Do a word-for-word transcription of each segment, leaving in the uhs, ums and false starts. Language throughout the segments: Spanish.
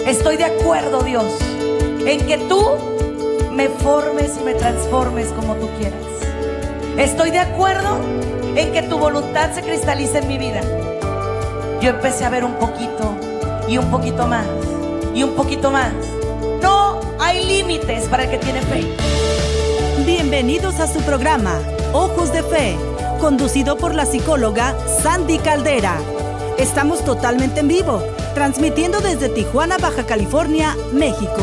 Estoy de acuerdo, Dios, en que tú me formes y me transformes como tú quieras. Estoy de acuerdo en que tu voluntad se cristalice en mi vida. Yo empecé a ver un poquito y un poquito más y un poquito más. No hay límites para el que tiene fe. Bienvenidos a su programa Ojos de Fe, conducido por la psicóloga Sandy Caldera. Estamos totalmente en vivo, transmitiendo desde Tijuana, Baja California, México.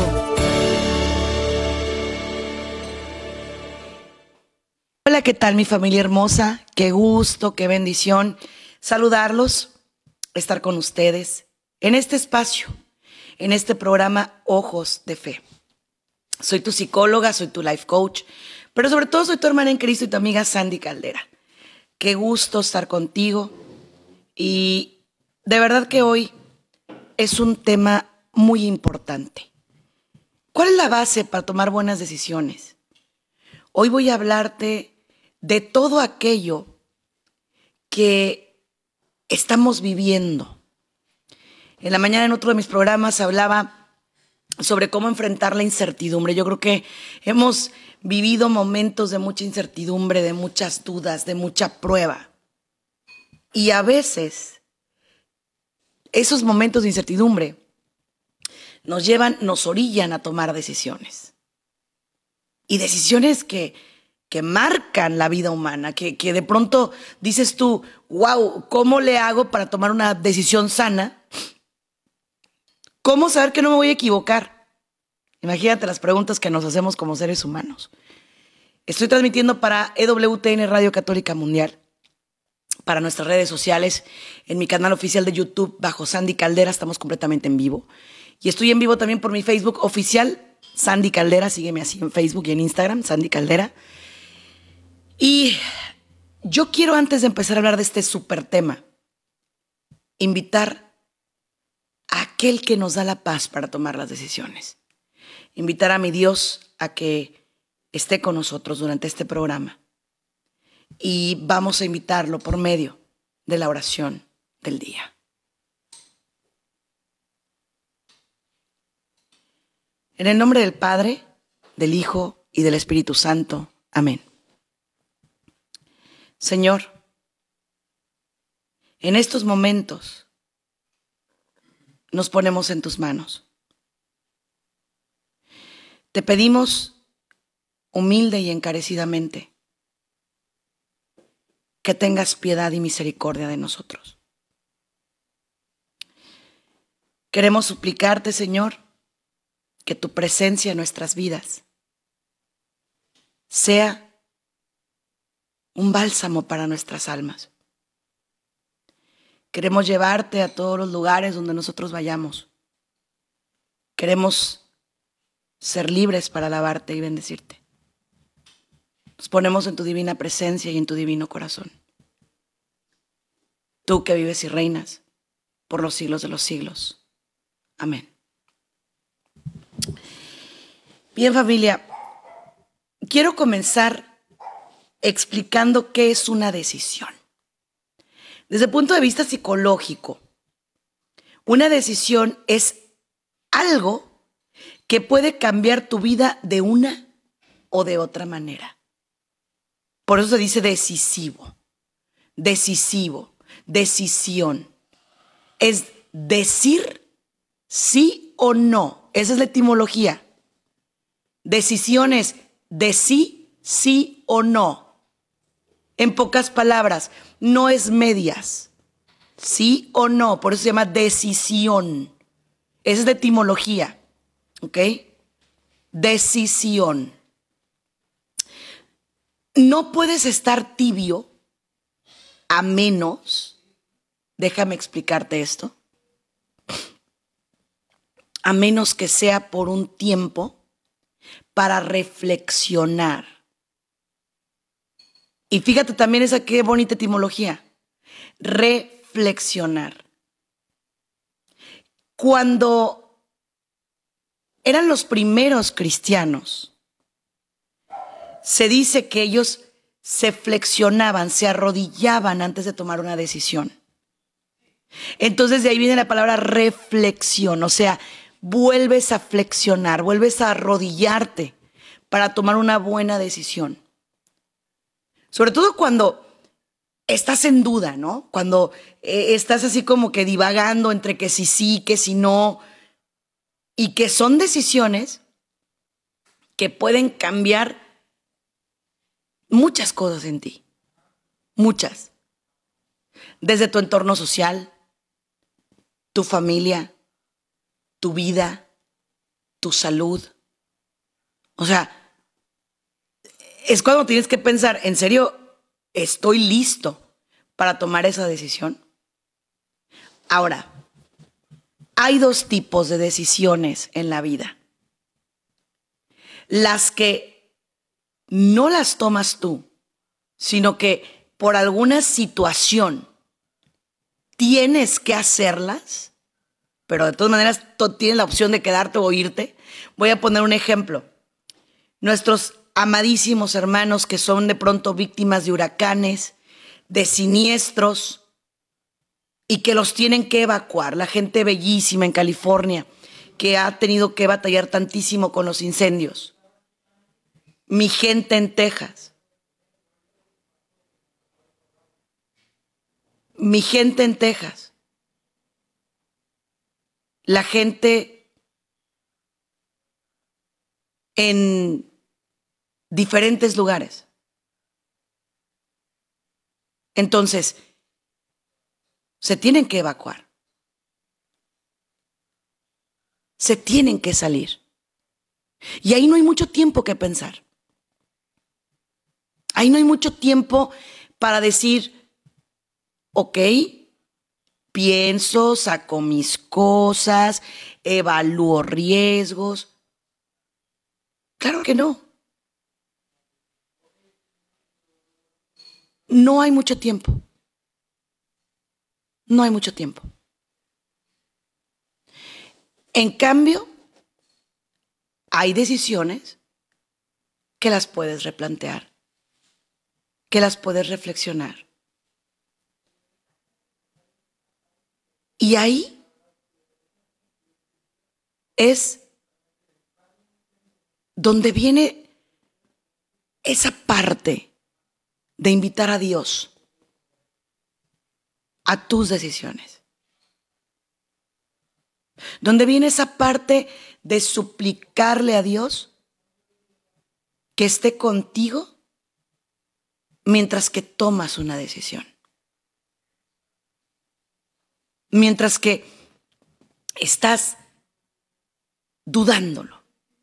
Hola, ¿qué tal mi familia hermosa? Qué gusto, qué bendición saludarlos, estar con ustedes en este espacio, en este programa Ojos de Fe. Soy tu psicóloga, soy tu life coach, pero sobre todo soy tu hermana en Cristo y tu amiga Sandy Caldera. Qué gusto estar contigo y de verdad que hoy es un tema muy importante. ¿Cuál es la base para tomar buenas decisiones? Hoy voy a hablarte de todo aquello que estamos viviendo. En la mañana en otro de mis programas hablaba sobre cómo enfrentar la incertidumbre. Yo creo que hemos vivido momentos de mucha incertidumbre, de muchas dudas, de mucha prueba. Y a veces esos momentos de incertidumbre nos llevan, nos orillan a tomar decisiones. Y decisiones que, que marcan la vida humana, que, que de pronto dices tú, wow, ¿cómo le hago para tomar una decisión sana? ¿Cómo saber que no me voy a equivocar? Imagínate las preguntas que nos hacemos como seres humanos. Estoy transmitiendo para E W T N Radio Católica Mundial, para nuestras redes sociales, en mi canal oficial de YouTube bajo Sandy Caldera, estamos completamente en vivo. Y estoy en vivo también por mi Facebook oficial, Sandy Caldera, sígueme así en Facebook y en Instagram, Sandy Caldera. Y yo quiero, antes de empezar a hablar de este súper tema, invitar a aquel que nos da la paz para tomar las decisiones. Invitar a mi Dios a que esté con nosotros durante este programa. Y vamos a invitarlo por medio de la oración del día. En el nombre del Padre, del Hijo y del Espíritu Santo. Amén. Señor, en estos momentos nos ponemos en tus manos. Te pedimos humilde y encarecidamente que tengas piedad y misericordia de nosotros. Queremos suplicarte, Señor, que tu presencia en nuestras vidas sea un bálsamo para nuestras almas. Queremos llevarte a todos los lugares donde nosotros vayamos. Queremos ser libres para alabarte y bendecirte. Nos ponemos en tu divina presencia y en tu divino corazón. Tú que vives y reinas por los siglos de los siglos. Amén. Bien, familia, quiero comenzar explicando qué es una decisión. Desde el punto de vista psicológico, una decisión es algo que puede cambiar tu vida de una o de otra manera. Por eso se dice decisivo, decisivo, decisión. Es decir sí o no. Esa es la etimología. Decisión es de sí, sí o no. En pocas palabras, no es medias. Sí o no, por eso se llama decisión. Esa es la etimología, ¿ok? Decisión. No puedes estar tibio a menos, déjame explicarte esto, a menos que sea por un tiempo para reflexionar. Y fíjate también esa qué bonita etimología, reflexionar. Cuando eran los primeros cristianos, se dice que ellos se flexionaban, se arrodillaban antes de tomar una decisión. Entonces de ahí viene la palabra reflexión, o sea, vuelves a flexionar, vuelves a arrodillarte para tomar una buena decisión. Sobre todo cuando estás en duda, ¿no? Cuando eh, estás así como que divagando entre que sí sí, que sí no, y que son decisiones que pueden cambiar muchas cosas en ti, muchas. Desde tu entorno social, tu familia, tu vida, tu salud. O sea, es cuando tienes que pensar, ¿en serio estoy listo para tomar esa decisión? Ahora, hay dos tipos de decisiones en la vida. Las que no las tomas tú, sino que por alguna situación tienes que hacerlas, pero de todas maneras tú tienes la opción de quedarte o irte. Voy a poner un ejemplo. Nuestros amadísimos hermanos que son de pronto víctimas de huracanes, de siniestros, y que los tienen que evacuar. La gente bellísima en California que ha tenido que batallar tantísimo con los incendios. Mi gente en Texas. Mi gente en Texas. La gente en diferentes lugares. Entonces, se tienen que evacuar. Se tienen que salir. Y ahí no hay mucho tiempo que pensar. Ahí no hay mucho tiempo para decir, ok, pienso, saco mis cosas, evalúo riesgos. Claro que no. No hay mucho tiempo. No hay mucho tiempo. En cambio, hay decisiones que las puedes replantear, que las puedes reflexionar. Y ahí es donde viene esa parte de invitar a Dios a tus decisiones. Donde viene esa parte de suplicarle a Dios que esté contigo mientras que tomas una decisión. Mientras que estás dudándolo.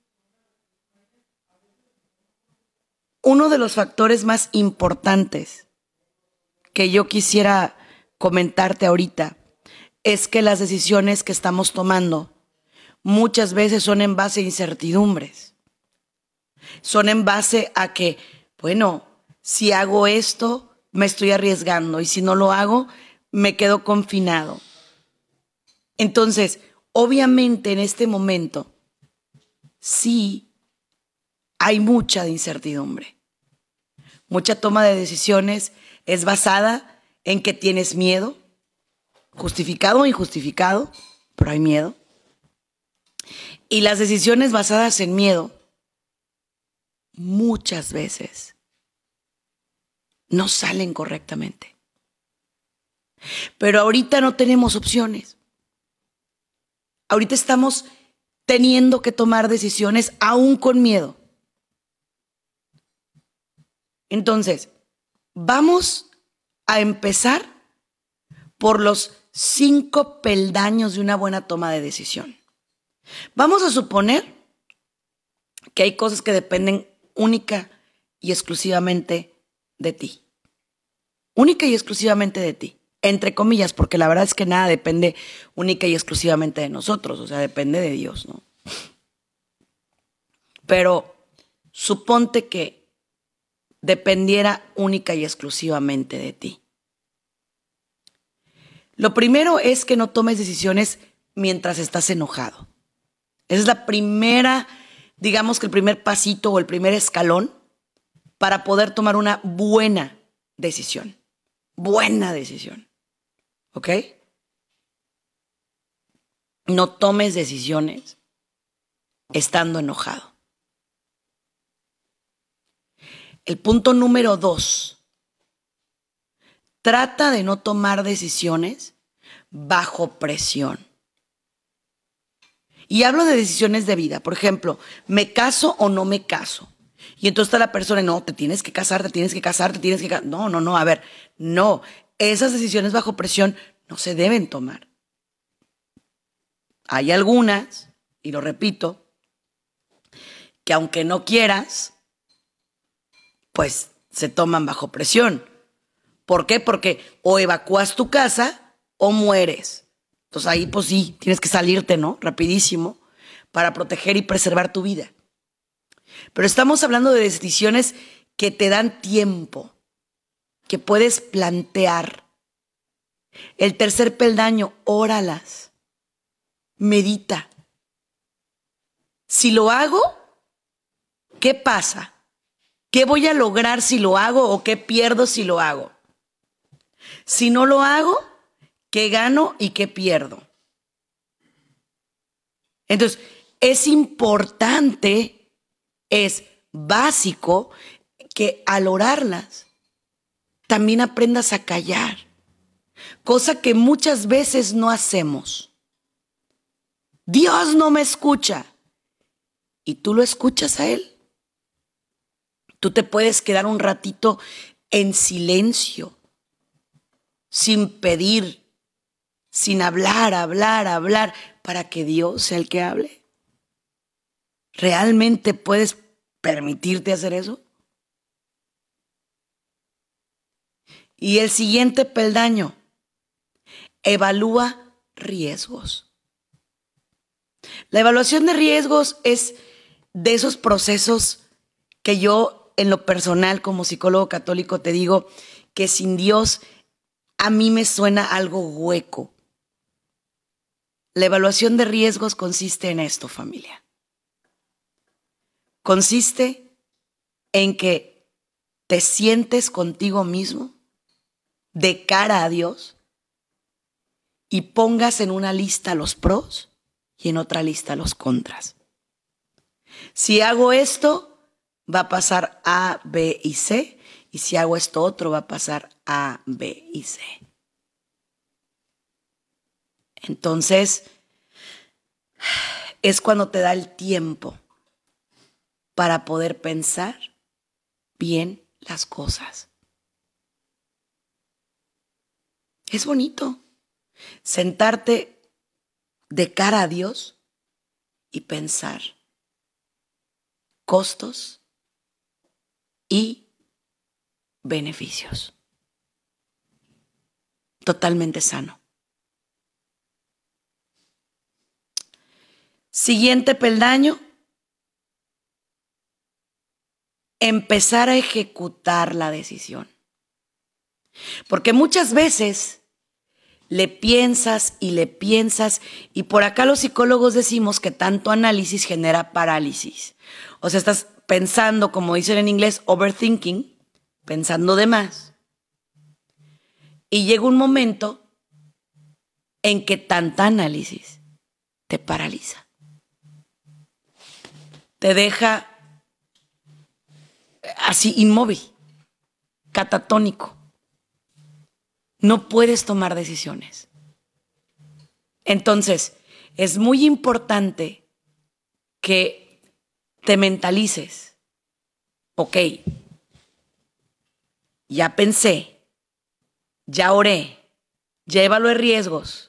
Uno de los factores más importantes que yo quisiera comentarte ahorita es que las decisiones que estamos tomando muchas veces son en base a incertidumbres. Son en base a que, bueno, si hago esto, me estoy arriesgando, y si no lo hago, me quedo confinado. Entonces, obviamente en este momento, sí hay mucha incertidumbre. Mucha toma de decisiones es basada en que tienes miedo, justificado o injustificado, pero hay miedo. Y las decisiones basadas en miedo, muchas veces, no salen correctamente. Pero ahorita no tenemos opciones. Ahorita estamos teniendo que tomar decisiones aún con miedo. Entonces, vamos a empezar por los cinco peldaños de una buena toma de decisión. Vamos a suponer que hay cosas que dependen única y exclusivamente de ti. Única y exclusivamente de ti. Entre comillas, porque la verdad es que nada depende única y exclusivamente de nosotros, o sea, depende de Dios, ¿no? Pero suponte que dependiera única y exclusivamente de ti. Lo primero es que no tomes decisiones mientras estás enojado. Esa es la primera, digamos que el primer pasito o el primer escalón para poder tomar una buena decisión. Buena decisión. ¿Ok? no tomes decisiones estando enojado. El punto número dos, trata de no tomar decisiones bajo presión. Y hablo de decisiones de vida. Por ejemplo, ¿me caso o no me caso? Y entonces está la persona, no, te tienes que casar, te tienes que casar, te tienes que casar. No, no, no, a ver, no. Esas decisiones bajo presión no se deben tomar. Hay algunas, y lo repito, que aunque no quieras, pues se toman bajo presión. ¿Por qué? Porque o evacúas tu casa o mueres. Entonces ahí pues sí, tienes que salirte, ¿no? Rapidísimo para proteger y preservar tu vida. Pero estamos hablando de decisiones que te dan tiempo, que puedes plantear. El tercer peldaño, óralas, medita. Si lo hago, ¿qué pasa? ¿Qué voy a lograr si lo hago o qué pierdo si lo hago? Si no lo hago, ¿qué gano y qué pierdo? Entonces, es importante, es básico que al orarlas también aprendas a callar, cosa que muchas veces no hacemos. Dios no me escucha y tú lo escuchas a Él. Tú te puedes quedar un ratito en silencio, sin pedir, sin hablar, hablar, hablar, para que Dios sea el que hable. ¿Realmente puedes permitirte hacer eso? Y el siguiente peldaño, evalúa riesgos. La evaluación de riesgos es de esos procesos que yo, en lo personal, como psicólogo católico, te digo que sin Dios a mí me suena algo hueco. La evaluación de riesgos consiste en esto, familia. Consiste en que te sientes contigo mismo de cara a Dios y pongas en una lista los pros y en otra lista los contras. Si hago esto, va a pasar A, B y C, y si hago esto otro, va a pasar A, B y C. Entonces, es cuando te da el tiempo para poder pensar bien las cosas. Es bonito sentarte de cara a Dios y pensar costos y beneficios. Totalmente sano. Siguiente peldaño, empezar a ejecutar la decisión. Porque muchas veces le piensas y le piensas, y por acá los psicólogos decimos que tanto análisis genera parálisis. O sea, estás pensando, como dicen en inglés, overthinking, pensando de más. Y llega un momento en que tanta análisis te paraliza. Te deja así inmóvil, catatónico. No puedes tomar decisiones. Entonces, es muy importante que te mentalices. Ok, ya pensé, ya oré, ya evalué riesgos.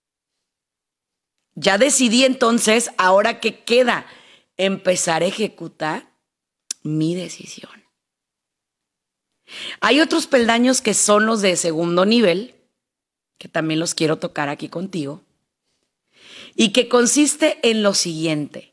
Ya decidí entonces, ahora qué queda, empezar a ejecutar mi decisión. Hay otros peldaños que son los de segundo nivel, que también los quiero tocar aquí contigo, y que consiste en lo siguiente: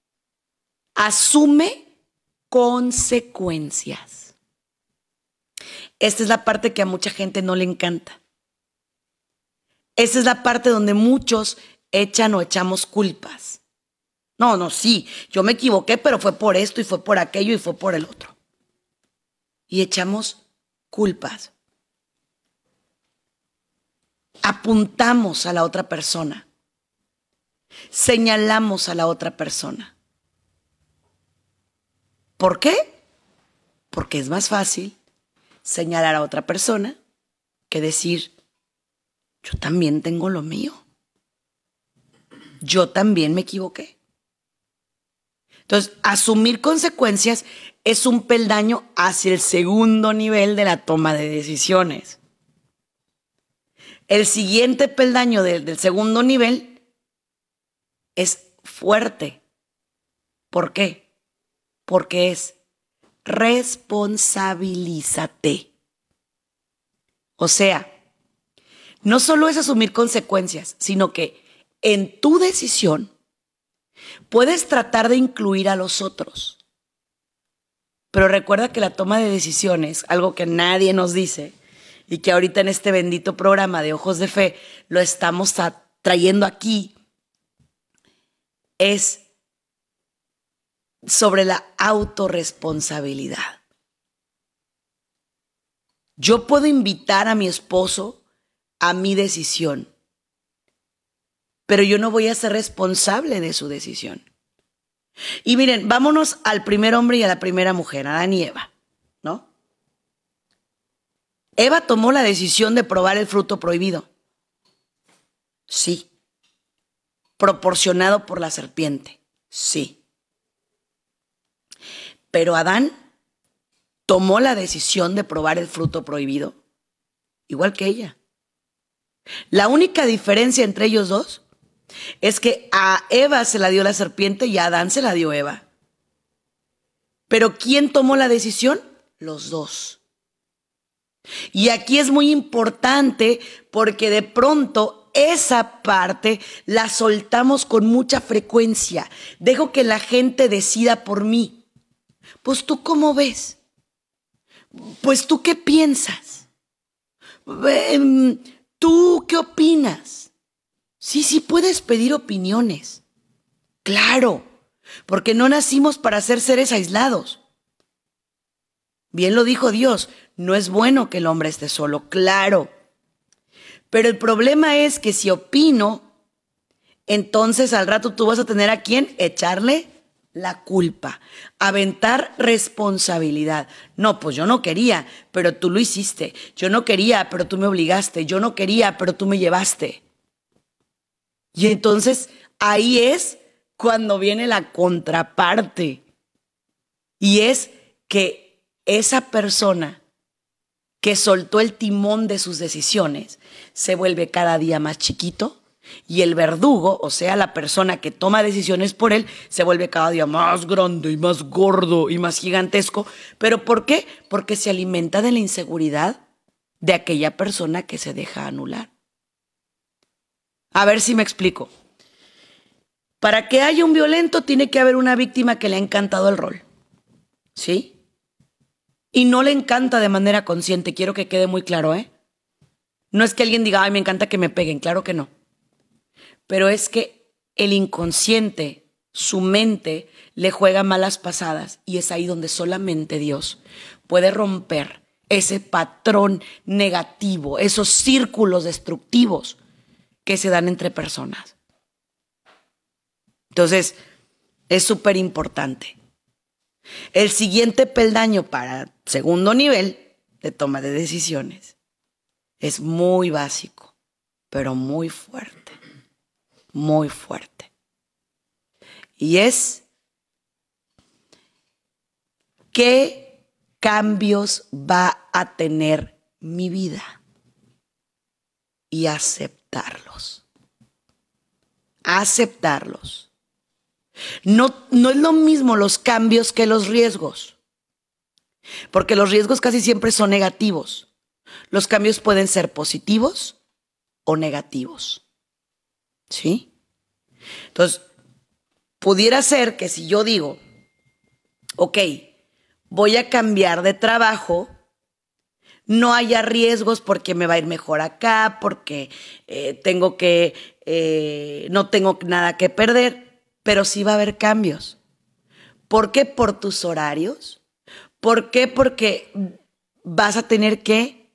asume consecuencias. Esta es la parte que a mucha gente no le encanta. Esta es la parte donde muchos echan o echamos culpas. No, no, sí, yo me equivoqué, pero fue por esto y fue por aquello y fue por el otro. Y echamos culpas. Apuntamos a la otra persona. señalamos a la otra persona. ¿Por qué? Porque es más fácil señalar a otra persona que decir, yo también tengo lo mío. Yo también me equivoqué. Entonces, asumir consecuencias es un peldaño hacia el segundo nivel de la toma de decisiones. El siguiente peldaño del, del segundo nivel es fuerte. ¿Por qué? Porque es responsabilízate. O sea, no solo es asumir consecuencias, sino que en tu decisión puedes tratar de incluir a los otros. Pero recuerda que la toma de decisiones, algo que nadie nos dice y que ahorita en este bendito programa de Ojos de Fe lo estamos trayendo aquí, es sobre la autorresponsabilidad. Yo puedo invitar a mi esposo a mi decisión, pero yo no voy a ser responsable de su decisión. Y miren, vámonos al primer hombre y a la primera mujer, Adán y Eva, ¿no? Eva tomó la decisión de probar el fruto prohibido. Sí. Proporcionado por la serpiente. Sí. Pero Adán tomó la decisión de probar el fruto prohibido, igual que ella. La única diferencia entre ellos dos es que a Eva se la dio la serpiente y a Adán se la dio Eva. Pero ¿quién tomó la decisión? Los dos. Y aquí es muy importante porque de pronto esa parte la soltamos con mucha frecuencia. Dejo que la gente decida por mí. Pues tú ¿cómo ves? Pues tú ¿qué piensas? ¿Tú qué opinas? Sí, sí puedes pedir opiniones. Claro, porque no nacimos para ser seres aislados. Bien lo dijo Dios, no es bueno que el hombre esté solo, claro. Pero el problema es que si opino, entonces al rato tú vas a tener a quién echarle la culpa, aventar responsabilidad. No, pues yo no quería, pero tú lo hiciste. Yo no quería, pero tú me obligaste. Yo no quería, pero tú me llevaste. Y entonces ahí es cuando viene la contraparte. Y es que esa persona que soltó el timón de sus decisiones se vuelve cada día más chiquito y el verdugo, o sea, la persona que toma decisiones por él, se vuelve cada día más grande y más gordo y más gigantesco. ¿Pero por qué? Porque se alimenta de la inseguridad de aquella persona que se deja anular. A ver si me explico. Para que haya un violento tiene que haber una víctima que le ha encantado el rol. ¿Sí? Y no le encanta de manera consciente, quiero que quede muy claro, ¿eh? No es que alguien diga, ay, me encanta que me peguen, claro que no. Pero es que el inconsciente, su mente, le juega malas pasadas y es ahí donde solamente Dios puede romper ese patrón negativo, esos círculos destructivos que se dan entre personas. Entonces, es súper importante. El siguiente peldaño para segundo nivel de toma de decisiones es muy básico, pero muy fuerte, muy fuerte. Y es ¿qué cambios va a tener mi vida? Y aceptarlos. Aceptarlos. No, no es lo mismo los cambios que los riesgos, porque los riesgos casi siempre son negativos. Los cambios pueden ser positivos o negativos. ¿Sí? Entonces, pudiera ser que si yo digo, ok, voy a cambiar de trabajo, no haya riesgos porque me va a ir mejor acá, porque eh, tengo que, eh, no tengo nada que perder. Pero sí va a haber cambios. ¿Por qué? Por tus horarios. ¿Por qué? Porque vas a tener que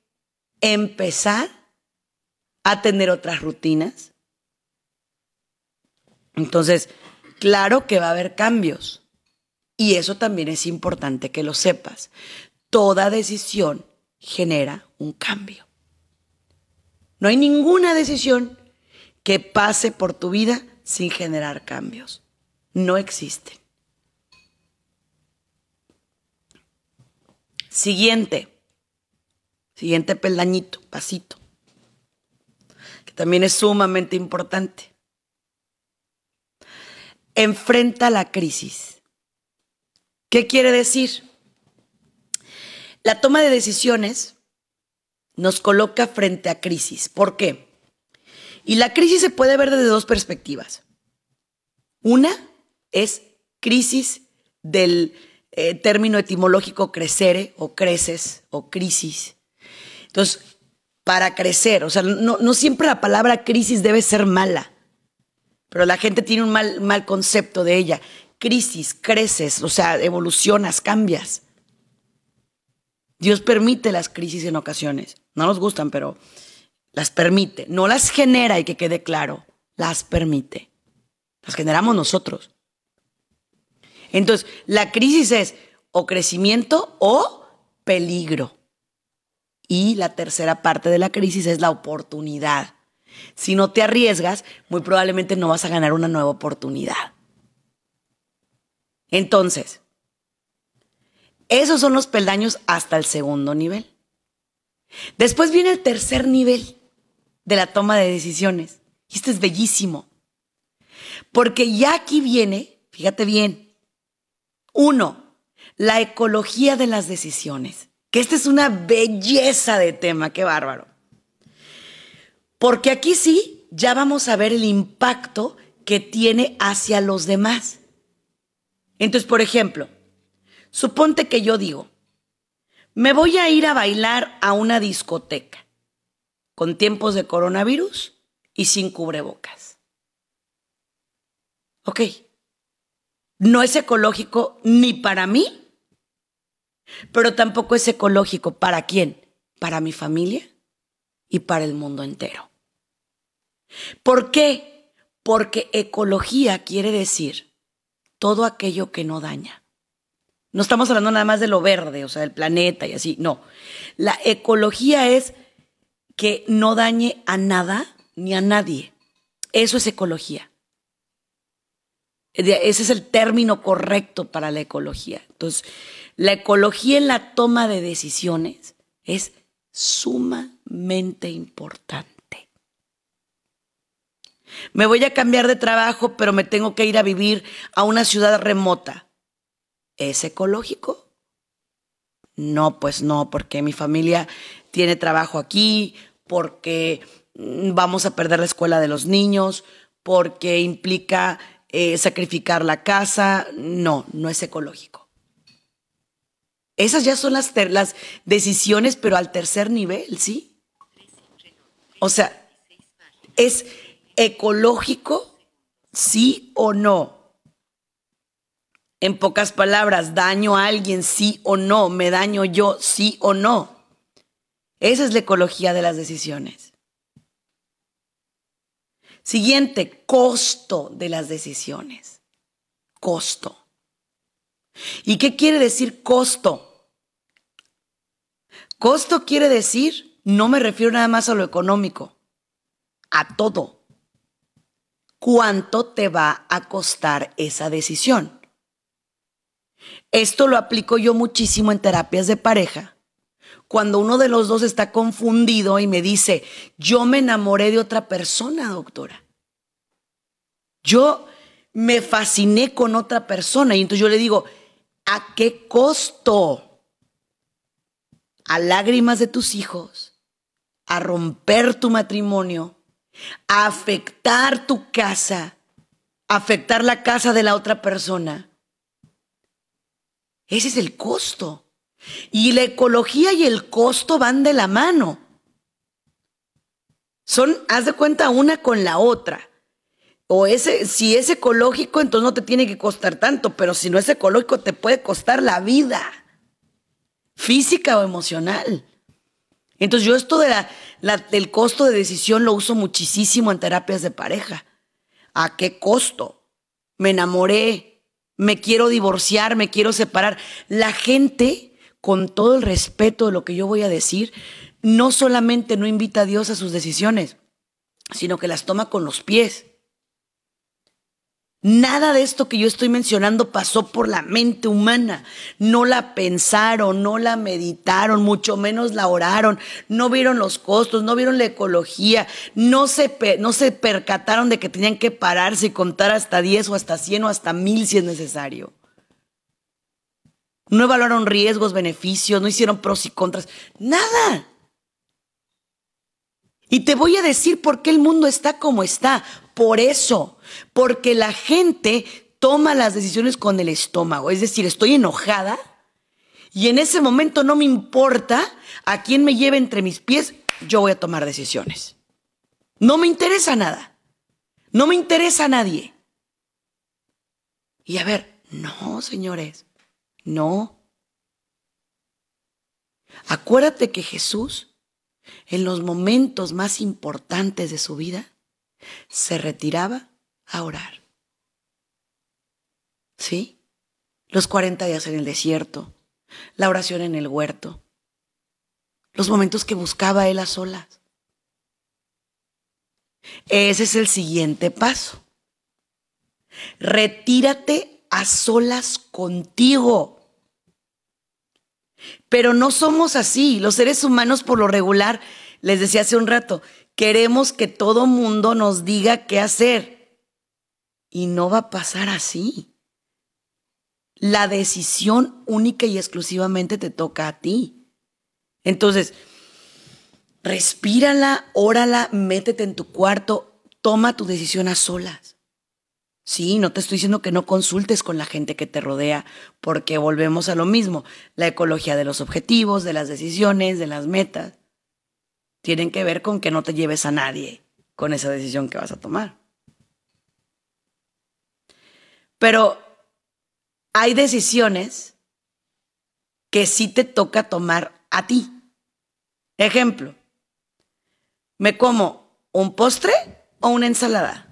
empezar a tener otras rutinas. Entonces, claro que va a haber cambios. Y eso también es importante que lo sepas. Toda decisión genera un cambio. No hay ninguna decisión que pase por tu vida sin generar cambios. No existen. Siguiente. Siguiente peldañito, pasito. Que también es sumamente importante. Enfrenta la crisis. ¿Qué quiere decir? La toma de decisiones nos coloca frente a crisis. ¿Por qué? Y la crisis se puede ver desde dos perspectivas. Una es crisis del eh, término etimológico crecere o creces o crisis. Entonces, para crecer, o sea, no, no siempre la palabra crisis debe ser mala, pero la gente tiene un mal, mal concepto de ella. Crisis, creces, o sea, evolucionas, cambias. Dios permite las crisis en ocasiones. No nos gustan, pero las permite. No las genera, y que quede claro, las permite. Las generamos nosotros. Entonces, la crisis es o crecimiento o peligro. Y la tercera parte de la crisis es la oportunidad. Si no te arriesgas, muy probablemente no vas a ganar una nueva oportunidad. Entonces, esos son los peldaños hasta el segundo nivel. Después viene el tercer nivel de la toma de decisiones. Y este es bellísimo. Porque ya aquí viene, fíjate bien, uno, la ecología de las decisiones. Que esta es una belleza de tema, qué bárbaro. Porque aquí sí, ya vamos a ver el impacto que tiene hacia los demás. Entonces, por ejemplo, suponte que yo digo, me voy a ir a bailar a una discoteca con tiempos de coronavirus y sin cubrebocas. Ok, no es ecológico ni para mí, pero tampoco es ecológico ¿para quién? Para mi familia y para el mundo entero. ¿Por qué? Porque ecología quiere decir todo aquello que no daña. No estamos hablando nada más de lo verde, o sea, del planeta y así, no. La ecología es que no dañe a nada ni a nadie. Eso es ecología. Ese es el término correcto para la ecología. Entonces, la ecología en la toma de decisiones es sumamente importante. Me voy a cambiar de trabajo, pero me tengo que ir a vivir a una ciudad remota. ¿Es ecológico? No, pues no, porque mi familia tiene trabajo aquí, porque vamos a perder la escuela de los niños, porque implica eh, sacrificar la casa. No, no es ecológico. Esas ya son las, ter- las decisiones, pero al tercer nivel, ¿sí? O sea, es ecológico, sí o no. En pocas palabras, daño a alguien, sí o no. Me daño yo, sí o no. Esa es la ecología de las decisiones. Siguiente, costo de las decisiones. Costo. ¿Y qué quiere decir costo? Costo quiere decir, no me refiero nada más a lo económico, a todo. ¿Cuánto te va a costar esa decisión? Esto lo aplico yo muchísimo en terapias de pareja. Cuando uno de los dos está confundido y me dice, yo me enamoré de otra persona, doctora. Yo me fasciné con otra persona. Y entonces yo le digo, ¿a qué costo? A lágrimas de tus hijos, a romper tu matrimonio, a afectar tu casa, a afectar la casa de la otra persona. Ese es el costo. Y la ecología y el costo van de la mano. Son, haz de cuenta, una con la otra. O ese, si es ecológico, entonces no te tiene que costar tanto, pero si no es ecológico, te puede costar la vida, física o emocional. Entonces yo esto de la, la, del costo de decisión lo uso muchísimo en terapias de pareja. ¿A qué costo? Me enamoré, me quiero divorciar, me quiero separar. La gente, con todo el respeto de lo que yo voy a decir, no solamente no invita a Dios a sus decisiones, sino que las toma con los pies. Nada de esto que yo estoy mencionando pasó por la mente humana. No la pensaron, no la meditaron, mucho menos la oraron. No vieron los costos, no vieron la ecología. No se, no se percataron de que tenían que pararse y contar hasta diez o hasta cien o hasta mil si es necesario. No evaluaron riesgos, beneficios, no hicieron pros y contras. Nada. Y te voy a decir por qué el mundo está como está. Por eso, porque la gente toma las decisiones con el estómago. Es decir, estoy enojada y en ese momento no me importa a quién me lleve entre mis pies, yo voy a tomar decisiones. No me interesa nada. No me interesa a nadie. Y a ver, no, señores, no. Acuérdate que Jesús, en los momentos más importantes de su vida, se retiraba a orar. ¿Sí? Los cuarenta días en el desierto, la oración en el huerto, los momentos que buscaba él a solas. Ese es el siguiente paso. Retírate a solas contigo. Pero no somos así. Los seres humanos, por lo regular, les decía hace un rato, queremos que todo mundo nos diga qué hacer. Y no va a pasar así. La decisión única y exclusivamente te toca a ti. Entonces, respírala, órala, métete en tu cuarto, toma tu decisión a solas. Sí, no te estoy diciendo que no consultes con la gente que te rodea, porque volvemos a lo mismo. La ecología de los objetivos, de las decisiones, de las metas, tienen que ver con que no te lleves a nadie con esa decisión que vas a tomar. Pero hay decisiones que sí te toca tomar a ti. Ejemplo, ¿me como un postre o una ensalada?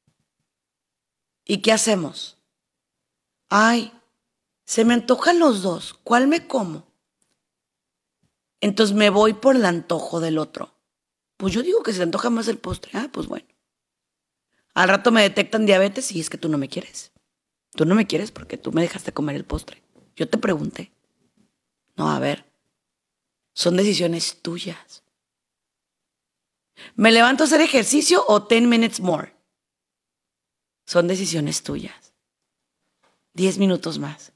¿Y qué hacemos? Ay, se me antojan los dos. ¿Cuál me como? Entonces me voy por el antojo del otro. Pues yo digo que se te antoja más el postre. Ah, pues bueno. Al rato me detectan diabetes y es que tú no me quieres. Tú no me quieres porque tú me dejaste comer el postre. Yo te pregunté. No, a ver. Son decisiones tuyas. ¿Me levanto a hacer ejercicio o ten minutes more? Son decisiones tuyas. Diez minutos más.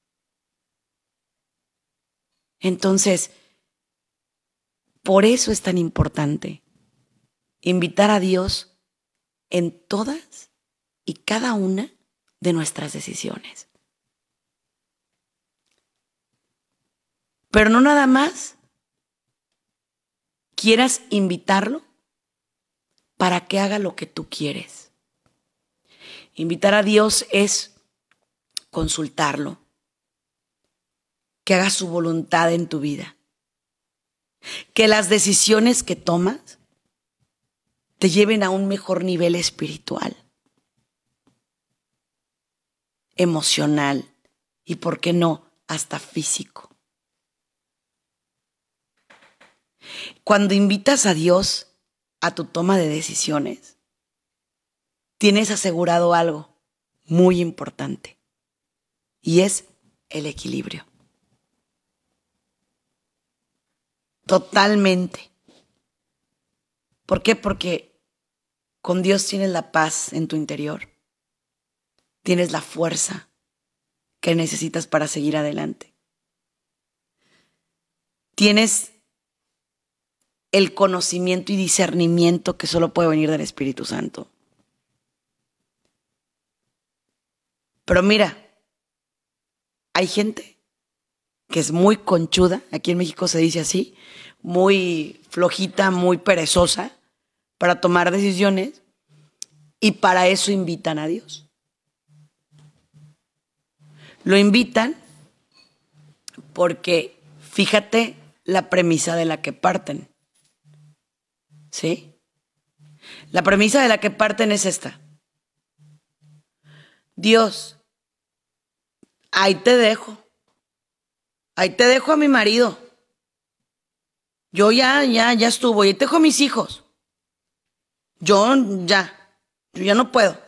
Entonces, por eso es tan importante invitar a Dios en todas y cada una de nuestras decisiones. Pero no nada más quieras invitarlo para que haga lo que tú quieres. Invitar a Dios es consultarlo, que haga su voluntad en tu vida, que las decisiones que tomas te lleven a un mejor nivel espiritual, emocional y, ¿por qué no?, hasta físico. Cuando invitas a Dios a tu toma de decisiones, tienes asegurado algo muy importante y es el equilibrio. Totalmente. ¿Por qué? Porque con Dios tienes la paz en tu interior. Tienes la fuerza que necesitas para seguir adelante. Tienes el conocimiento y discernimiento que solo puede venir del Espíritu Santo. Pero mira, hay gente que es muy conchuda, aquí en México se dice así, muy flojita, muy perezosa para tomar decisiones, y para eso invitan a Dios. Lo invitan porque fíjate la premisa de la que parten. ¿Sí? La premisa de la que parten es esta. Dios, ahí te dejo. Ahí te dejo a mi marido. Yo ya, ya, ya estuvo. Y ahí te dejo a mis hijos. Yo ya, yo ya no puedo.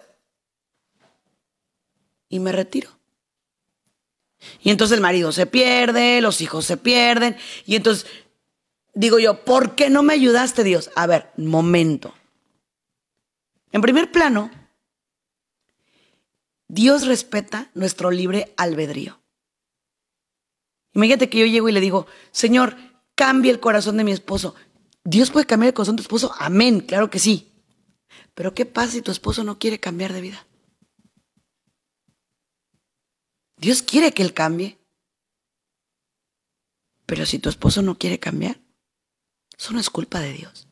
Y me retiro. Y entonces el marido se pierde, los hijos se pierden. Y entonces digo yo, ¿por qué no me ayudaste, Dios? A ver, momento. En primer plano, Dios respeta nuestro libre albedrío. Imagínate que yo llego y le digo, Señor, cambia el corazón de mi esposo. ¿Dios puede cambiar el corazón de tu esposo? Amén, claro que sí. Pero ¿qué pasa si tu esposo no quiere cambiar de vida? Dios quiere que él cambie. Pero si tu esposo no quiere cambiar, eso no es culpa de Dios.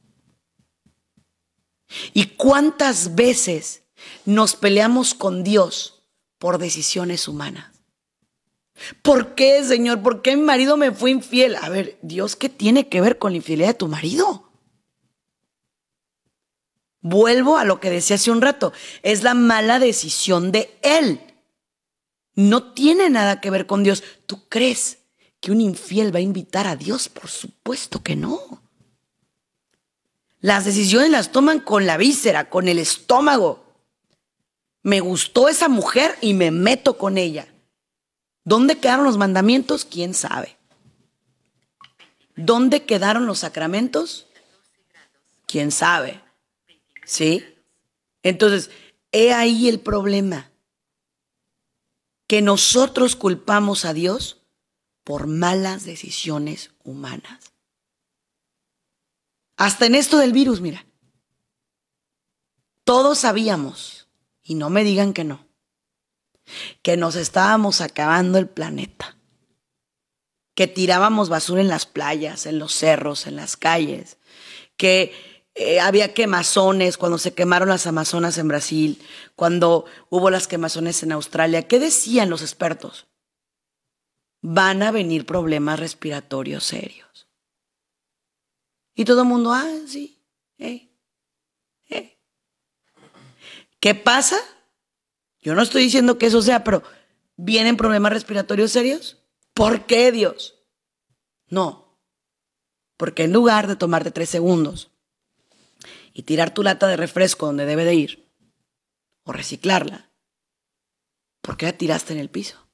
¿Y cuántas veces nos peleamos con Dios por decisiones humanas? ¿Por qué, Señor? ¿Por qué mi marido me fue infiel? A ver, Dios, ¿qué tiene que ver con la infidelidad de tu marido? Vuelvo a lo que decía hace un rato. Es la mala decisión de él. No tiene nada que ver con Dios. ¿Tú crees que un infiel va a invitar a Dios? Por supuesto que no. Las decisiones las toman con la víscera, con el estómago. Me gustó esa mujer y me meto con ella. ¿Dónde quedaron los mandamientos? ¿Quién sabe? ¿Dónde quedaron los sacramentos? ¿Quién sabe? ¿Sí? Entonces, he ahí el problema. Que nosotros culpamos a Dios por malas decisiones humanas. Hasta en esto del virus, mira. Todos sabíamos, y no me digan que no, que nos estábamos acabando el planeta, que tirábamos basura en las playas, en los cerros, en las calles, que eh, había quemazones cuando se quemaron las Amazonas en Brasil, cuando hubo las quemazones en Australia. ¿Qué decían los expertos? Van a venir problemas respiratorios serios. Y todo el mundo, ah, sí, eh, eh. ¿Qué pasa? Yo no estoy diciendo que eso sea, pero ¿vienen problemas respiratorios serios? ¿Por qué, Dios? No, porque en lugar de tomarte tres segundos y tirar tu lata de refresco donde debe de ir, o reciclarla, ¿por qué la tiraste en el piso?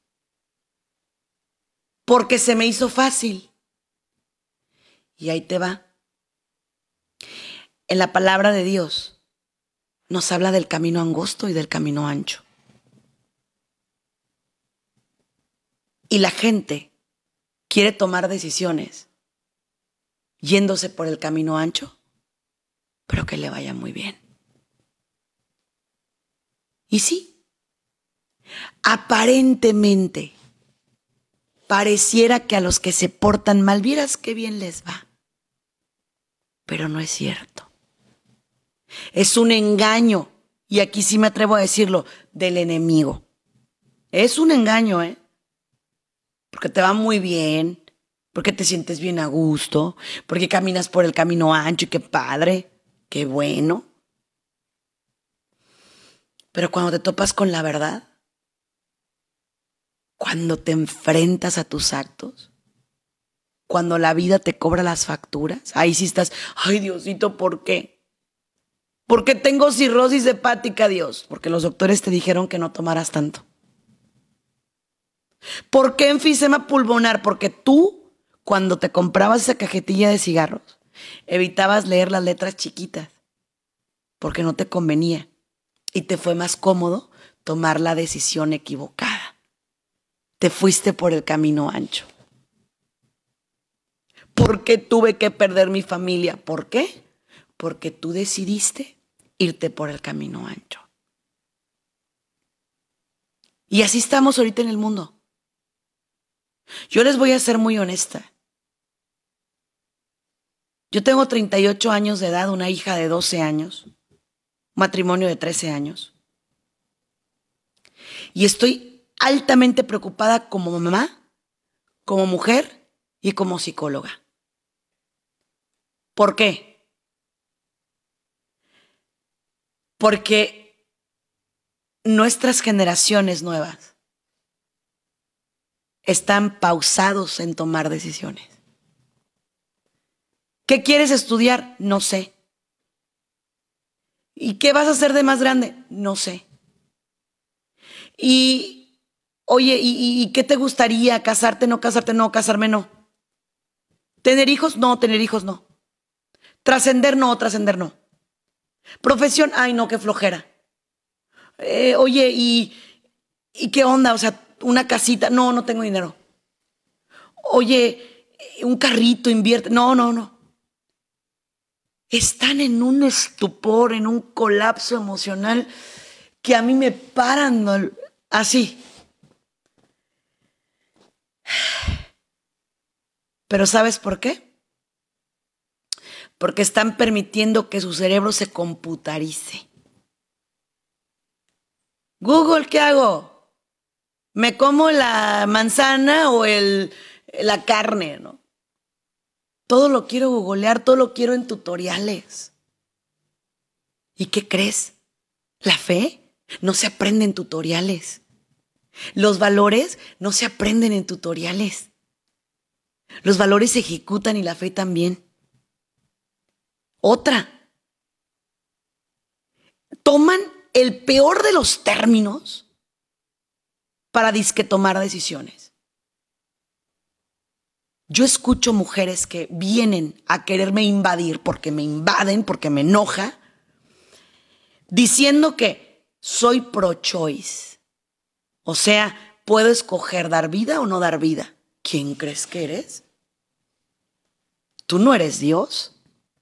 Porque se me hizo fácil. Y ahí te va. En la palabra de Dios nos habla del camino angosto y del camino ancho. Y la gente quiere tomar decisiones yéndose por el camino ancho, pero que le vaya muy bien. Y sí, aparentemente pareciera que a los que se portan mal, vieras qué bien les va. Pero no es cierto. Es un engaño, y aquí sí me atrevo a decirlo, del enemigo. Es un engaño, ¿eh? Porque te va muy bien, porque te sientes bien a gusto, porque caminas por el camino ancho y qué padre, qué bueno. Pero cuando te topas con la verdad, cuando te enfrentas a tus actos, cuando la vida te cobra las facturas, ahí sí estás, ay Diosito, ¿por qué? ¿Por qué tengo cirrosis hepática, Dios? Porque los doctores te dijeron que no tomaras tanto. ¿Por qué enfisema pulmonar? Porque tú, cuando te comprabas esa cajetilla de cigarros, evitabas leer las letras chiquitas, porque no te convenía, y te fue más cómodo tomar la decisión equivocada. Te fuiste por el camino ancho. ¿Por qué tuve que perder mi familia? ¿Por qué? Porque tú decidiste irte por el camino ancho. Y así estamos ahorita en el mundo. Yo les voy a ser muy honesta. Yo tengo treinta y ocho años de edad, una hija de doce años, matrimonio de trece años. Y estoy altamente preocupada como mamá, como mujer y como psicóloga. ¿Por qué? Porque nuestras generaciones nuevas están pausados en tomar decisiones. ¿Qué quieres estudiar? No sé. ¿Y qué vas a hacer de más grande? No sé. Y, oye, ¿y, y qué te gustaría? ¿Casarte? No, casarte, no, casarme, no. ¿Tener hijos? No, tener hijos, no. ¿Trascender? No, trascender, no. ¿Profesión? Ay, no, qué flojera. Eh, oye, ¿y, ¿y qué onda? O sea, una casita. No, no tengo dinero. Oye, un carrito, invierte. No, no, no. Están en un estupor, en un colapso emocional que a mí me paran así. Pero ¿sabes por qué? Porque están permitiendo que su cerebro se computarice. Google, ¿qué hago? ¿Me como la manzana o el, la carne, no? Todo lo quiero googlear, todo lo quiero en tutoriales. ¿Y qué crees? La fe no se aprende en tutoriales. Los valores no se aprenden en tutoriales. Los valores se ejecutan y la fe también. Otra. Toman el peor de los términos para disque tomar decisiones. Yo escucho mujeres que vienen a quererme invadir porque me invaden, porque me enoja, diciendo que soy pro-choice. O sea, puedo escoger dar vida o no dar vida. ¿Quién crees que eres? ¿Tú no eres Dios?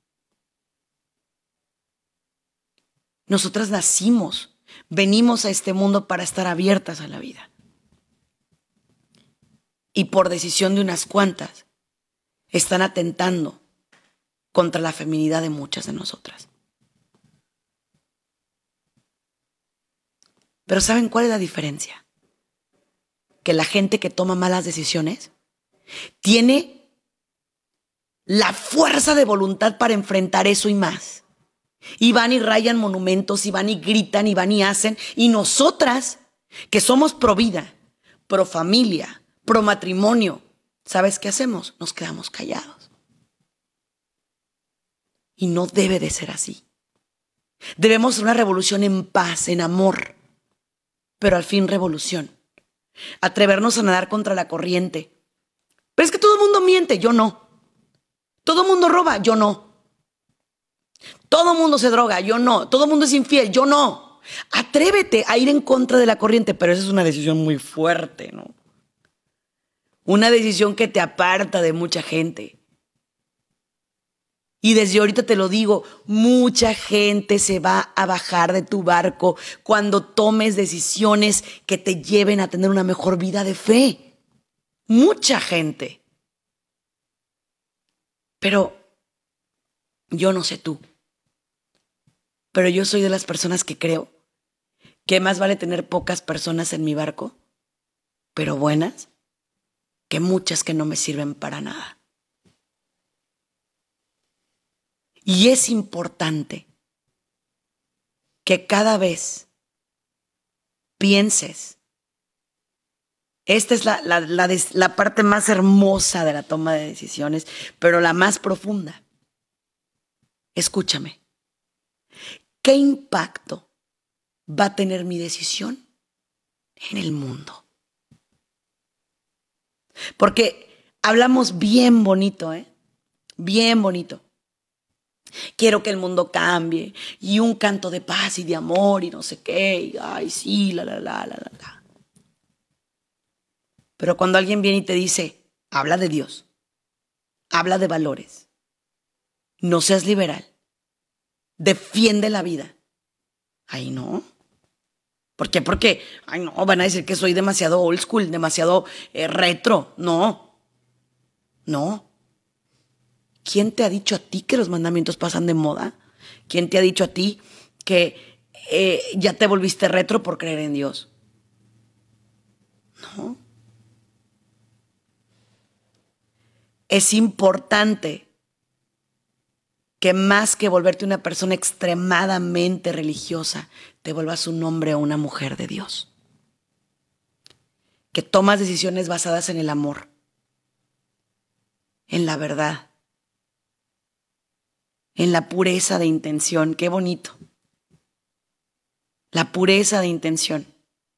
Nosotras nacimos, venimos a este mundo para estar abiertas a la vida. Y por decisión de unas cuantas, están atentando contra la feminidad de muchas de nosotras. Pero ¿saben cuál es la diferencia? Que la gente que toma malas decisiones tiene la fuerza de voluntad para enfrentar eso y más. Y van y rayan monumentos, y van y gritan, y van y hacen. Y nosotras, que somos pro vida, pro familia, pro matrimonio, ¿sabes qué hacemos? Nos quedamos callados. Y no debe de ser así. Debemos hacer una revolución en paz, en amor, pero al fin revolución. Atrevernos a nadar contra la corriente. Pero es que todo el mundo miente, yo no. Todo el mundo roba, yo no. Todo el mundo se droga, yo no. Todo el mundo es infiel, yo no. Atrévete a ir en contra de la corriente, pero esa es una decisión muy fuerte, ¿no? Una decisión que te aparta de mucha gente. Y desde ahorita te lo digo, mucha gente se va a bajar de tu barco cuando tomes decisiones que te lleven a tener una mejor vida de fe. Mucha gente. Pero yo no sé tú, pero yo soy de las personas que creo que más vale tener pocas personas en mi barco, pero buenas, que muchas que no me sirven para nada. Y es importante que cada vez pienses, esta es la, la, la, la parte más hermosa de la toma de decisiones, pero la más profunda. Escúchame, ¿qué impacto va a tener mi decisión en el mundo? Porque hablamos bien bonito, ¿eh? Bien bonito. Quiero que el mundo cambie y un canto de paz y de amor y no sé qué. Y, ay, sí, la, la, la, la, la. Pero cuando alguien viene y te dice, habla de Dios, habla de valores, no seas liberal, defiende la vida. Ay, no. ¿Por qué? Porque, ay, no, van a decir que soy demasiado old school, demasiado eh, retro. No, no. ¿Quién te ha dicho a ti que los mandamientos pasan de moda? ¿Quién te ha dicho a ti que eh, ya te volviste retro por creer en Dios? No. Es importante que más que volverte una persona extremadamente religiosa, te vuelvas un hombre o una mujer de Dios. Que tomas decisiones basadas en el amor, en la verdad, en la pureza de intención. Qué bonito. La pureza de intención.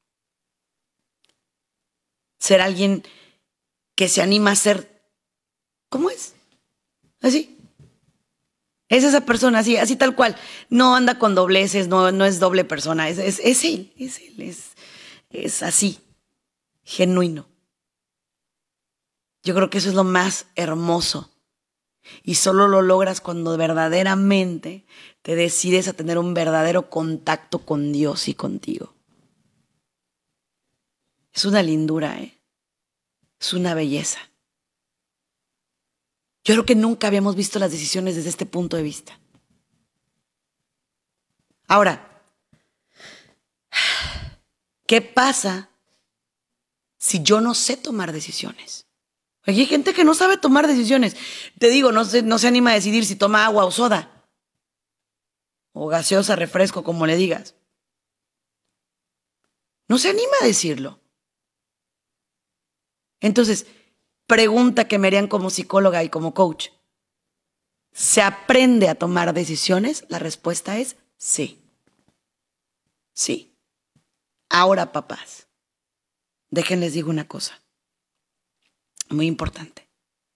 Ser alguien que se anima a ser, ¿cómo es? Así. Es esa persona, así, así tal cual. No anda con dobleces, no, no es doble persona. Es, es, es él, es él, es, es así, genuino. Yo creo que eso es lo más hermoso. Y solo lo logras cuando verdaderamente te decides a tener un verdadero contacto con Dios y contigo. Es una lindura, ¿eh? Es una belleza. Yo creo que nunca habíamos visto las decisiones desde este punto de vista. Ahora, ¿qué pasa si yo no sé tomar decisiones? Aquí hay gente que no sabe tomar decisiones. Te digo, no se, no se anima a decidir si toma agua o soda. O gaseosa, refresco, como le digas. No se anima a decirlo. Entonces, pregunta que me harían como psicóloga y como coach. ¿Se aprende a tomar decisiones? La respuesta es sí. Sí. Ahora, papás, déjenles digo una cosa. Muy importante.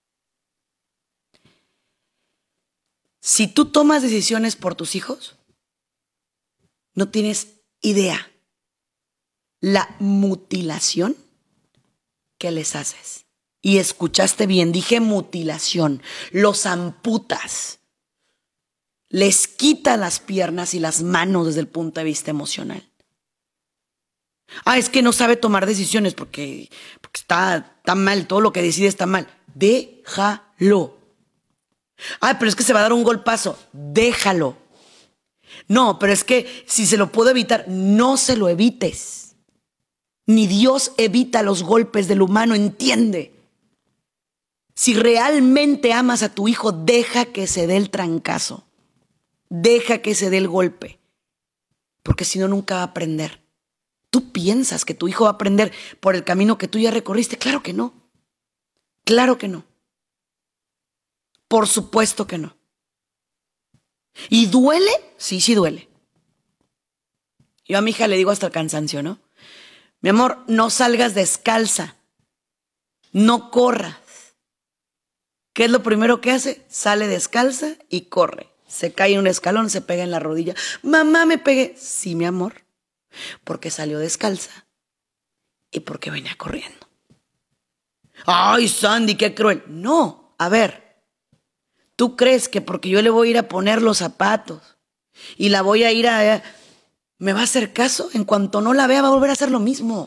Si tú tomas decisiones por tus hijos, no tienes idea la mutilación que les haces. Y escuchaste bien, dije mutilación. Los amputas. Les quita las piernas y las manos desde el punto de vista emocional. Ah, es que no sabe tomar decisiones porque, porque está, está mal, todo lo que decide está mal. Déjalo. Ah, pero es que se va a dar un golpazo. Déjalo. No, pero es que si se lo puedo evitar, no se lo evites. Ni Dios evita los golpes del humano, entiende. Si realmente amas a tu hijo, deja que se dé el trancazo. Deja que se dé el golpe. Porque si no, nunca va a aprender. ¿Tú piensas que tu hijo va a aprender por el camino que tú ya recorriste? Claro que no. Claro que no. Por supuesto que no. ¿Y duele? Sí, sí duele. Yo a mi hija le digo hasta el cansancio, ¿no? Mi amor, no salgas descalza. No corras. ¿Qué es lo primero que hace? Sale descalza y corre. Se cae en un escalón, se pega en la rodilla. Mamá, me pegué. Sí, mi amor. Porque salió descalza y porque venía corriendo. Ay, Sandy, qué cruel. No, a ver, ¿tú crees que porque yo le voy a ir a poner los zapatos y la voy a ir a... ¿me va a hacer caso? En cuanto no la vea va a volver a hacer lo mismo.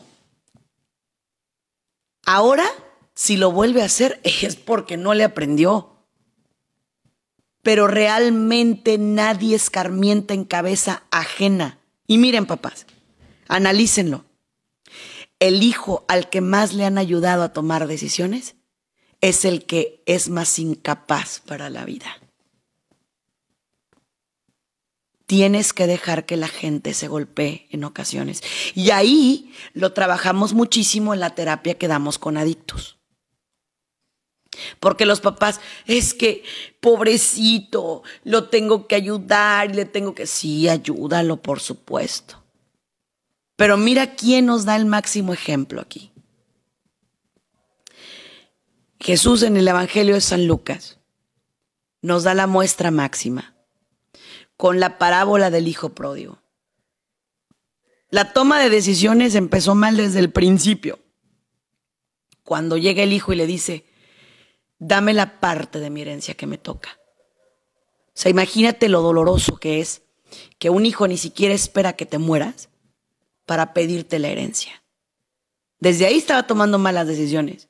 Ahora, si lo vuelve a hacer es porque no le aprendió. Pero realmente nadie escarmienta en cabeza ajena. Y miren, papás, analícenlo. El hijo al que más le han ayudado a tomar decisiones es el que es más incapaz para la vida. Tienes que dejar que la gente se golpee en ocasiones. Y ahí lo trabajamos muchísimo en la terapia que damos con adictos. Porque los papás, es que pobrecito, lo tengo que ayudar y le tengo que... Sí, ayúdalo, por supuesto. Pero mira quién nos da el máximo ejemplo aquí. Jesús en el Evangelio de San Lucas nos da la muestra máxima con la parábola del hijo pródigo. La toma de decisiones empezó mal desde el principio. Cuando llega el hijo y le dice, dame la parte de mi herencia que me toca. O sea, imagínate lo doloroso que es que un hijo ni siquiera espera que te mueras para pedirte la herencia. Desde ahí estaba tomando malas decisiones.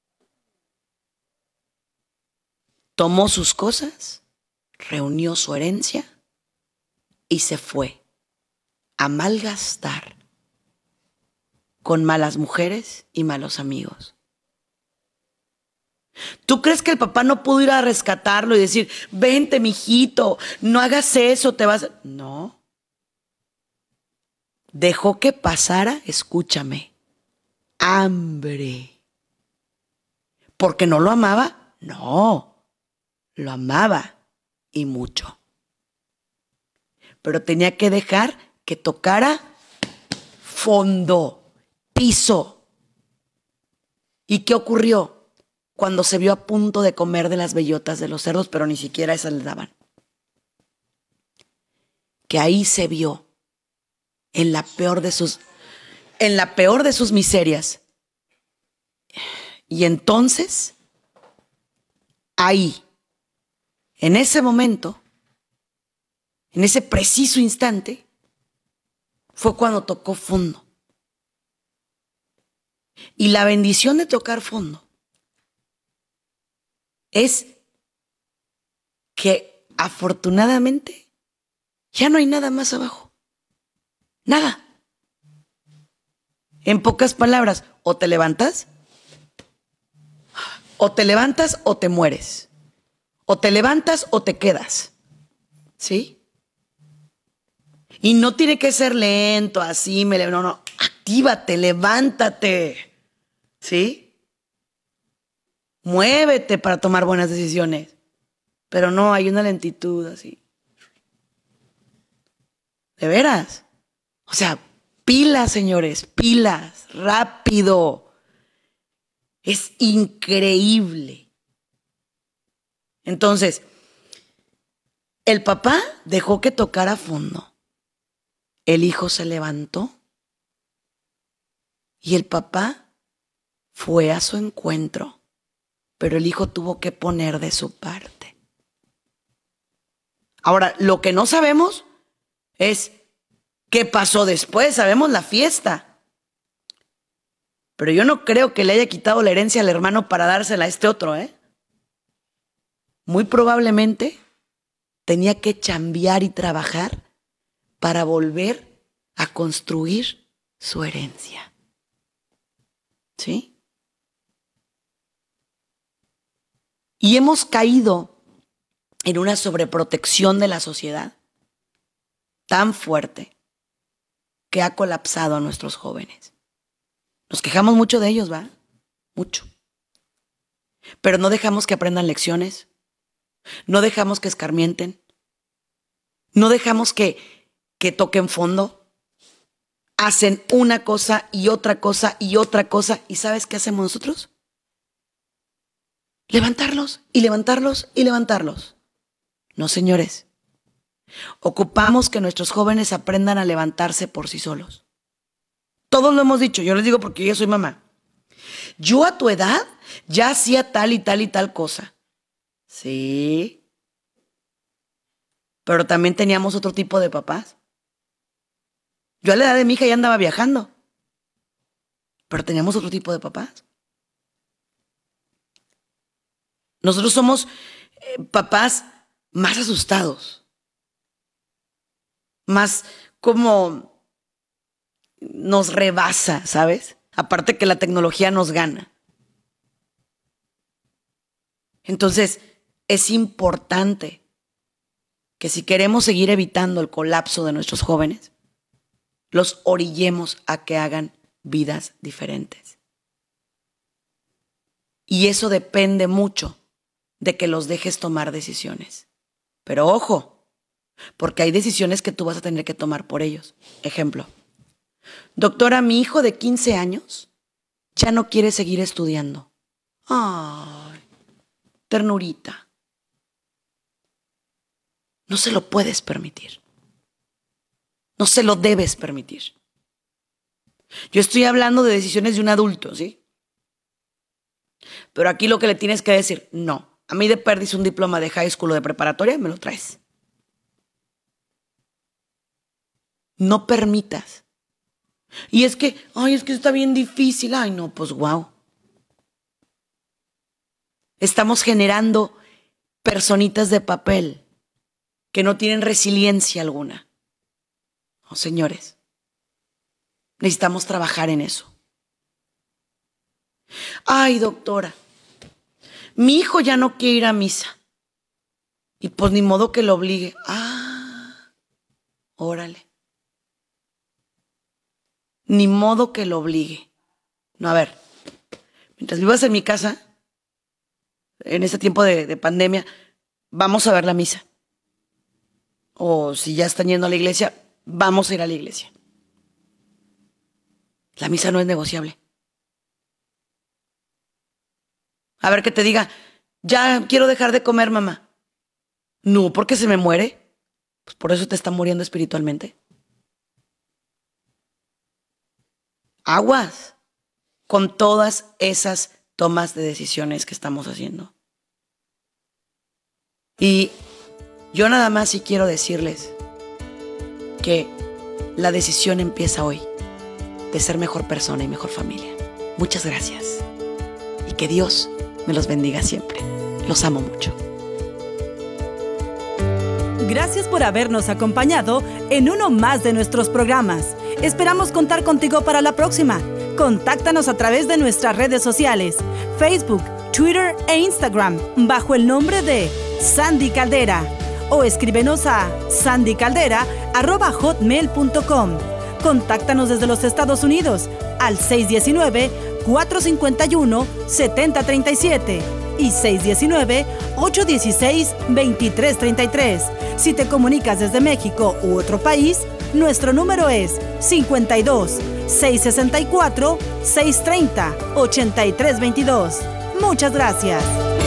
Tomó sus cosas, reunió su herencia y se fue a malgastar con malas mujeres y malos amigos. ¿Tú crees que el papá no pudo ir a rescatarlo y decir, vente, mijito, no hagas eso, te vas? No. Dejó que pasara, escúchame, hambre. ¿Porque no lo amaba? No, lo amaba y mucho. Pero tenía que dejar que tocara fondo, piso. ¿Y qué ocurrió? Cuando se vio a punto de comer de las bellotas de los cerdos, pero ni siquiera esas le daban. Que ahí se vio en la peor de sus, en la peor de sus miserias. Y entonces, ahí, en ese momento, en ese preciso instante, fue cuando tocó fondo. Y la bendición de tocar fondo es que afortunadamente ya no hay nada más abajo. Nada. En pocas palabras, o te levantas, o te levantas o te mueres. O te levantas o te quedas. ¿Sí? Y no tiene que ser lento, así, me le... no, no, actívate, levántate. ¿Sí? Muévete para tomar buenas decisiones. Pero no, hay una lentitud así. ¿De veras? O sea, pilas, señores, pilas, rápido. Es increíble. Entonces, el papá dejó que tocara fondo. El hijo se levantó y el papá fue a su encuentro, pero el hijo tuvo que poner de su parte. Ahora, lo que no sabemos es qué pasó después. Sabemos la fiesta, pero yo no creo que le haya quitado la herencia al hermano para dársela a este otro, ¿eh? Muy probablemente tenía que chambear y trabajar para volver a construir su herencia. ¿Sí? Y hemos caído en una sobreprotección de la sociedad tan fuerte que ha colapsado a nuestros jóvenes. Nos quejamos mucho de ellos, ¿va? Mucho. Pero no dejamos que aprendan lecciones. No dejamos que escarmienten. No dejamos que, que toquen fondo. Hacen una cosa y otra cosa y otra cosa. ¿Y sabes qué hacemos nosotros? Levantarlos y levantarlos y levantarlos. No, señores. Ocupamos que nuestros jóvenes aprendan a levantarse por sí solos. Todos lo hemos dicho. Yo les digo porque yo soy mamá. Yo a tu edad ya hacía tal y tal y tal cosa. Sí. Pero también teníamos otro tipo de papás. Yo a la edad de mi hija ya andaba viajando. Pero teníamos otro tipo de papás. Nosotros somos eh, papás más asustados. Más como nos rebasa, ¿sabes? Aparte que la tecnología nos gana. Entonces, es importante que si queremos seguir evitando el colapso de nuestros jóvenes, los orillemos a que hagan vidas diferentes. Y eso depende mucho de que los dejes tomar decisiones. Pero ojo, porque hay decisiones que tú vas a tener que tomar por ellos. Ejemplo, doctora, mi hijo de quince años ya no quiere seguir estudiando. Ay, ternurita. No se lo puedes permitir. No se lo debes permitir. Yo estoy hablando de decisiones de un adulto, ¿sí? Pero aquí lo que le tienes que decir, no. A mí de perdiz un diploma de high school o de preparatoria, me lo traes. No permitas. Y es que, ay, es que está bien difícil. Ay, no, pues wow. Estamos generando personitas de papel que no tienen resiliencia alguna. No, señores, necesitamos trabajar en eso. Ay, doctora, Mi hijo ya no quiere ir a misa. Y pues ni modo que lo obligue. Ah, órale. Ni modo que lo obligue. No, a ver, mientras vivas en mi casa, en este tiempo de, de pandemia, vamos a ver la misa. O si ya están yendo a la iglesia, vamos a ir a la iglesia. La misa no es negociable. A ver, que te diga, ya quiero dejar de comer, mamá. No, porque se me muere. Pues por eso te está muriendo espiritualmente. Aguas con todas esas tomas de decisiones que estamos haciendo. Y yo nada más sí quiero decirles que la decisión empieza hoy de ser mejor persona y mejor familia. Muchas gracias. Y que Dios me los bendiga siempre. Los amo mucho. Gracias por habernos acompañado en uno más de nuestros programas. Esperamos contar contigo para la próxima. Contáctanos a través de nuestras redes sociales, Facebook, Twitter e Instagram, bajo el nombre de Sandy Caldera. O escríbenos a sandy caldera arroba hotmail punto com. Contáctanos desde los Estados Unidos al seis uno nueve, cuatro cinco uno, siete cero tres siete y seis uno nueve, ocho uno seis, dos tres tres tres. Si te comunicas desde México u otro país, nuestro número es cincuenta y dos, seiscientos sesenta y cuatro, seiscientos treinta, ochenta y tres veintidós. Muchas gracias.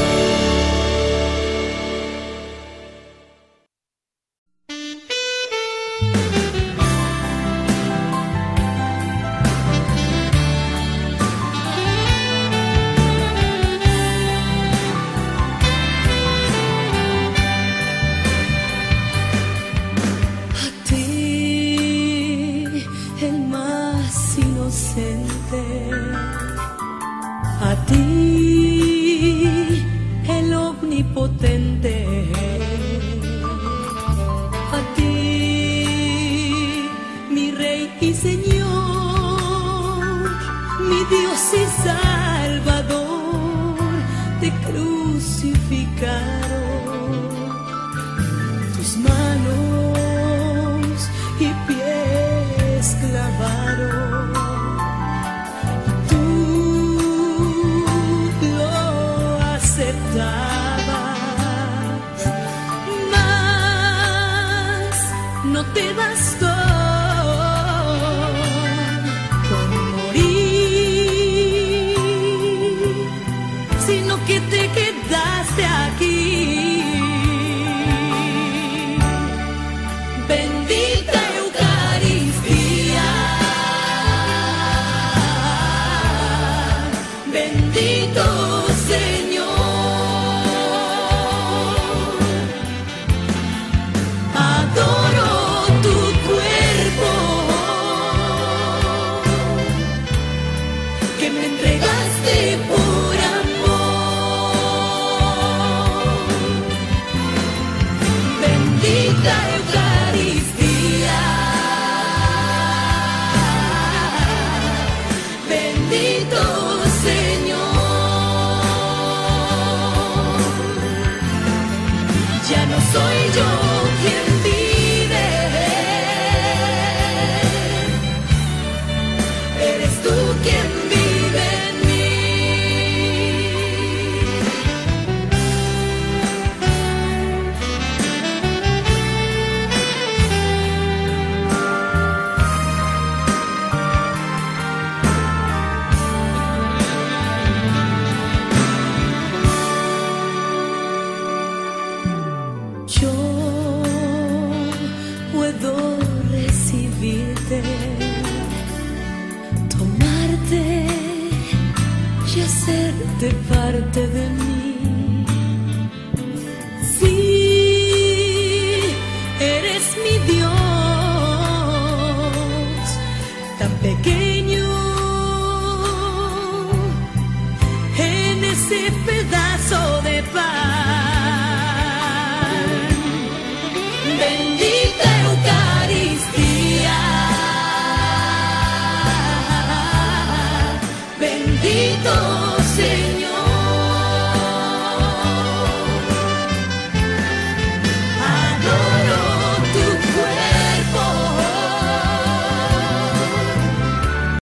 A ti, el omnipotente, a ti, mi Rey y Señor, mi Dios y Salvador, te crucificaron tus manos y pies clavaron. No te bastó con morir, sino que te quedaste aquí. Bendita Eucaristía, bendito Señor. Adoro que me entregaste por amor. Bendita Eucaristía, bendito Señor. Ya no soy yo quien vive, eres tú quien vive en mí. Yo puedo recibirte, tomarte y hacerte parte de mí. Sí, eres mi Dios, tan pequeño en ese pedazo de pan. Bendita Eucaristía, bendito Señor.